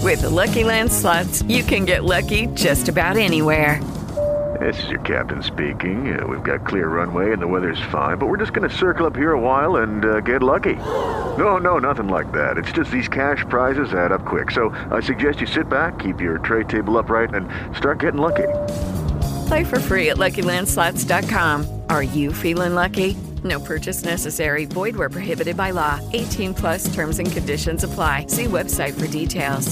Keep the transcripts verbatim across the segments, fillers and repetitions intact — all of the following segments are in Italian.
With the Lucky Land Slots, you can get lucky just about anywhere. This is your captain speaking. Uh, we've got clear runway and the weather's fine, but we're just going to circle up here a while and uh, get lucky. No, no, nothing like that. It's just these cash prizes add up quick. So I suggest you sit back, keep your tray table upright, and start getting lucky. Play for free at Lucky Land Slots dot com. Are you feeling lucky? No purchase necessary. Void where prohibited by law. eighteen plus terms and conditions apply. See website for details.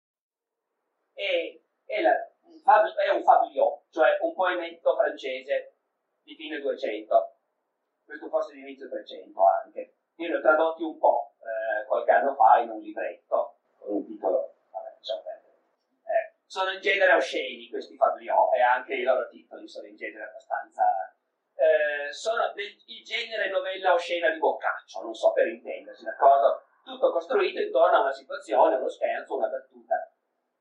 E, e la, un fab, è un fabliau, cioè un poemetto francese di fine duecento. Questo forse di inizio trecento anche. Io ne ho tradotti un po' eh, qualche anno fa in un libretto con un titolo, vabbè, diciamo, eh, sono in genere osceni questi fabliau e anche i loro titoli sono in genere abbastanza eh, sono del, il genere novella oscena di Boccaccio, non so, per intendersi, d'accordo? Tutto costruito intorno a una situazione, uno scherzo, una battuta.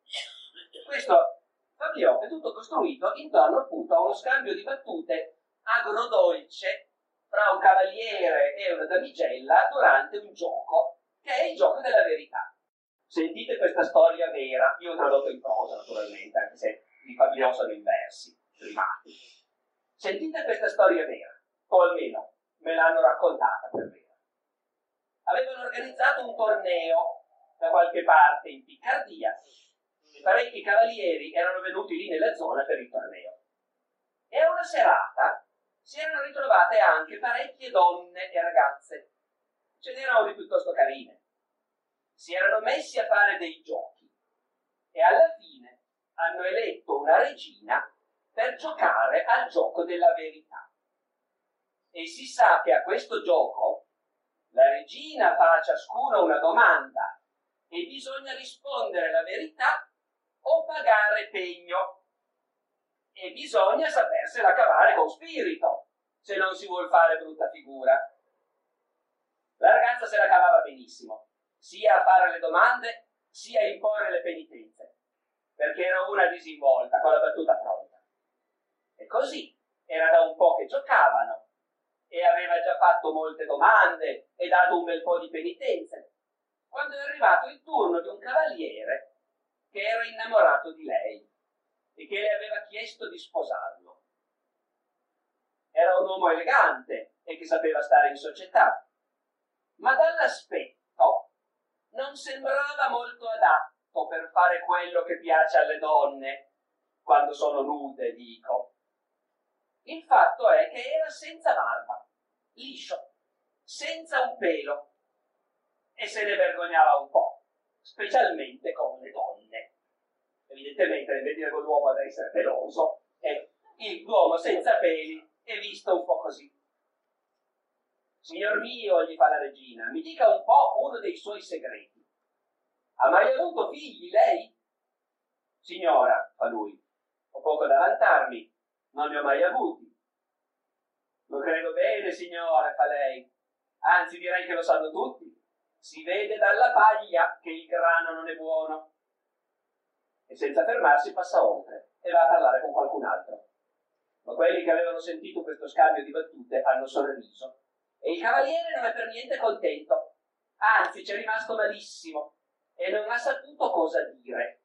Questo fabliau è tutto costruito intorno appunto a uno scambio di battute agrodolce fra un cavaliere e una damigella durante un gioco, che è il gioco della verità. Sentite questa storia vera, io ho tradotto in prosa naturalmente, anche se i fabliau sono in versi, rimati. Sentite questa storia vera, o almeno me l'hanno raccontata per vera. Avevano organizzato un torneo da qualche parte in Piccardia e parecchi cavalieri erano venuti lì nella zona per il torneo. E a una serata si erano ritrovate anche parecchie donne e ragazze. Ce n'erano di piuttosto carine. Si erano messi a fare dei giochi e alla fine hanno eletto una regina per giocare al gioco della verità. E si sa che a questo gioco la regina fa a ciascuno una domanda e bisogna rispondere la verità o pagare pegno. E bisogna sapersela cavare con spirito, se non si vuol fare brutta figura. La ragazza se la cavava benissimo, sia a fare le domande, sia a imporre le penitenze, perché era una disinvolta, con la battuta pronta. E così era da un po' che giocavano, e aveva già fatto molte domande e dato un bel po' di penitenze, quando è arrivato il turno di un cavaliere che era innamorato di lei e che le aveva chiesto di sposarlo. Era un uomo elegante e che sapeva stare in società, ma dall'aspetto non sembrava molto adatto per fare quello che piace alle donne quando sono nude, dico. Il fatto è che era senza barba, liscio, senza un pelo, e se ne vergognava un po', specialmente con le donne. Evidentemente nel vedere quell'uomo ad essere peloso, e l'uomo senza peli è visto un po' così. Signor mio, gli fa la regina, mi dica un po' uno dei suoi segreti. Ha mai avuto figli lei? Signora, fa lui, ho poco da vantarmi, non ne ho mai avuti. Lo credo bene, signore, fa lei. Anzi, direi che lo sanno tutti. Si vede dalla paglia che il grano non è buono. E senza fermarsi passa oltre e va a parlare con qualcun altro. Ma quelli che avevano sentito questo scambio di battute hanno sorriso e il cavaliere non è per niente contento. Anzi, c'è rimasto malissimo e non ha saputo cosa dire.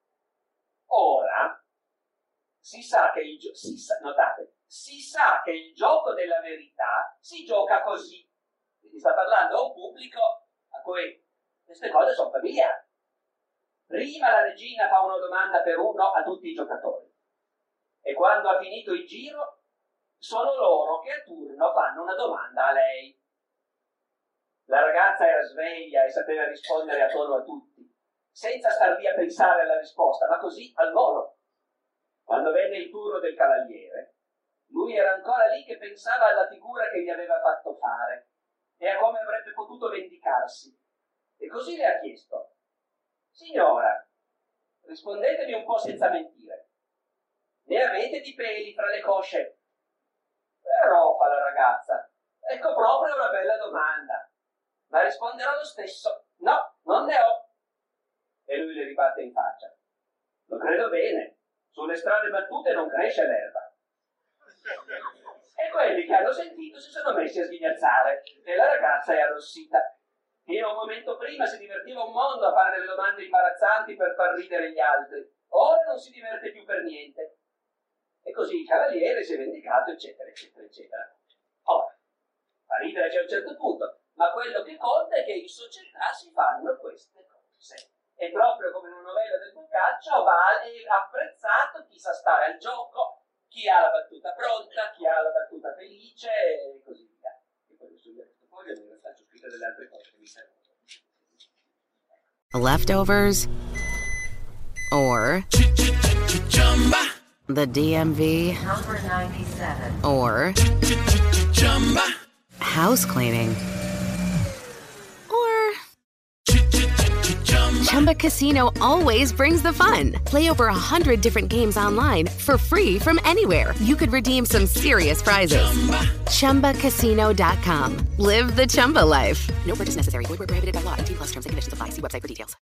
Ora si sa che il gio- si sa, notate, si sa che il gioco della verità si gioca così. Si sta parlando a un pubblico a cui queste cose sono familiari. Prima la regina fa una domanda per uno a tutti i giocatori e quando ha finito il giro sono loro che a turno fanno una domanda a lei. La ragazza era sveglia e sapeva rispondere a tono a tutti, senza star lì a pensare alla risposta, ma così al volo. Quando venne il turno del cavaliere, lui era ancora lì che pensava alla figura che gli aveva fatto fare e a come avrebbe potuto vendicarsi. E così le ha chiesto: signora, rispondetemi un po' senza mentire. Ne avete di peli fra le cosce? Però, fa la ragazza, ecco proprio una bella domanda. Ma risponderò lo stesso: no, non ne ho. E lui le ribatte in faccia: lo credo bene, sulle strade battute non cresce l'erba. E quelli che hanno sentito si sono messi a sghignazzare e la ragazza è arrossita. Fino a un momento prima si divertiva un mondo a fare delle domande imbarazzanti per far ridere gli altri. Ora non si diverte più per niente. E così il cavaliere si è vendicato, eccetera, eccetera, eccetera. Ora, fa ridere c'è a un certo punto, ma quello che conta è che in società si fanno queste cose. E proprio come in una novella del Boccaccio va apprezzato chi sa stare al gioco, chi ha la battuta pronta, chi ha la battuta felice e così via. E poi adesso io questo foglio mi faccio scrivere delle altre cose che mi servono. Leftovers or the D M V Number ninety-seven. or house cleaning or Chumba Casino always brings the fun. Play over a hundred different games online for free from anywhere. You could redeem some serious prizes. Chumba Casino dot com. Live the Chumba life. No purchase necessary. Void where prohibited by law. eighteen plus terms and conditions apply. See website for details.